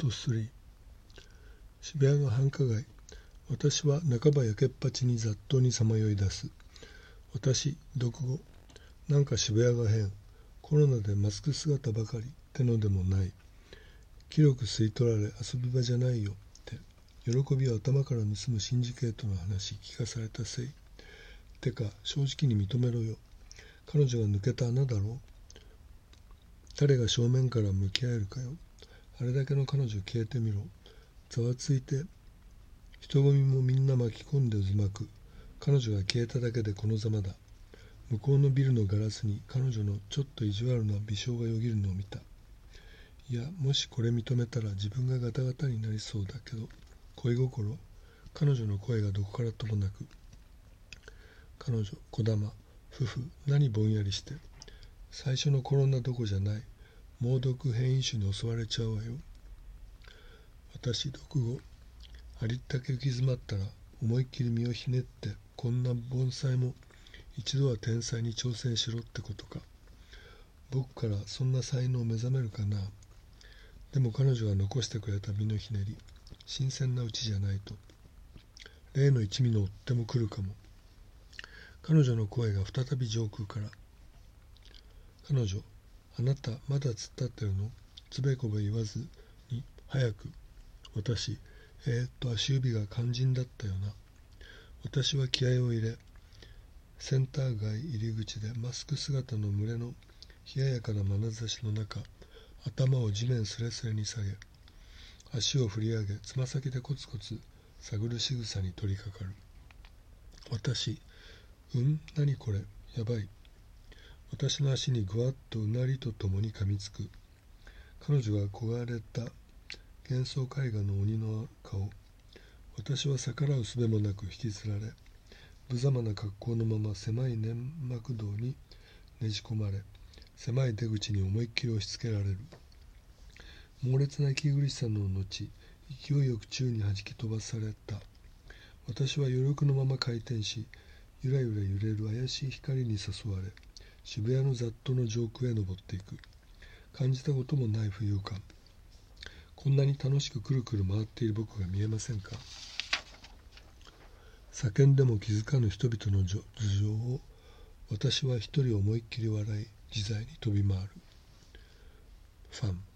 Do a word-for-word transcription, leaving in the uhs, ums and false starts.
トスリー。渋谷の繁華街。私は半ば焼けっぱちに雑踏にさまよい出す。私、読語。なんか渋谷が変。コロナでマスク姿ばかりってのでもない。広く吸い取られ遊び場じゃないよって。喜びを頭から盗むシンジケートの話聞かされたせい。てか正直に認めろよ。彼女が抜けた穴だろう。誰が正面から向き合えるかよ。あれだけの彼女消えてみろ。ざわついて人混みもみんな巻き込んで渦巻く。彼女が消えただけでこのざまだ。向こうのビルのガラスに彼女のちょっと意地悪な微笑がよぎるのを見た。いや、もしこれ認めたら自分がガタガタになりそうだけど、恋心、彼女の声がどこからともなく。彼女、児玉、夫婦、何ぼんやりして。最初のコロナどこじゃない。猛毒変異種に襲われちゃうわよ。私、読語。ありったけ行き詰まったら思いっきり身をひねって、こんな盆栽も一度は天才に挑戦しろってことか。僕からそんな才能を目覚めるかな。でも彼女が残してくれた身のひねり、新鮮なうちじゃないと例の一味の追っても来るかも。彼女の声が再び上空から。彼女、あなたまだ突っ立ってるの？つべこべ言わずに早く。私、えー、っと足指が肝心だったよな。私は気合を入れ、センター街入り口でマスク姿の群れの冷ややかな眼差しの中、頭を地面すれすれに下げ、足を振り上げ、つま先でコツコツ探る仕草に取り掛かる。私、うん何これやばい。私の足にぐわっとうなりとともに噛みつく。彼女が焦がれた幻想絵画の鬼の顔。私は逆らう術もなく引きずられ、無様な格好のまま狭い粘膜道にねじ込まれ、狭い出口に思いっきり押し付けられる。猛烈な息苦しさの後、勢いよく宙に弾き飛ばされた。私は余力のまま回転し、ゆらゆら揺れる怪しい光に誘われ、渋谷の雑踏の上空へ登っていく。感じたこともない浮遊感。こんなに楽しくくるくる回っている僕が見えませんか？叫んでも気づかぬ人々の頭上を私は一人思いっきり笑い、自在に飛び回る。ファン。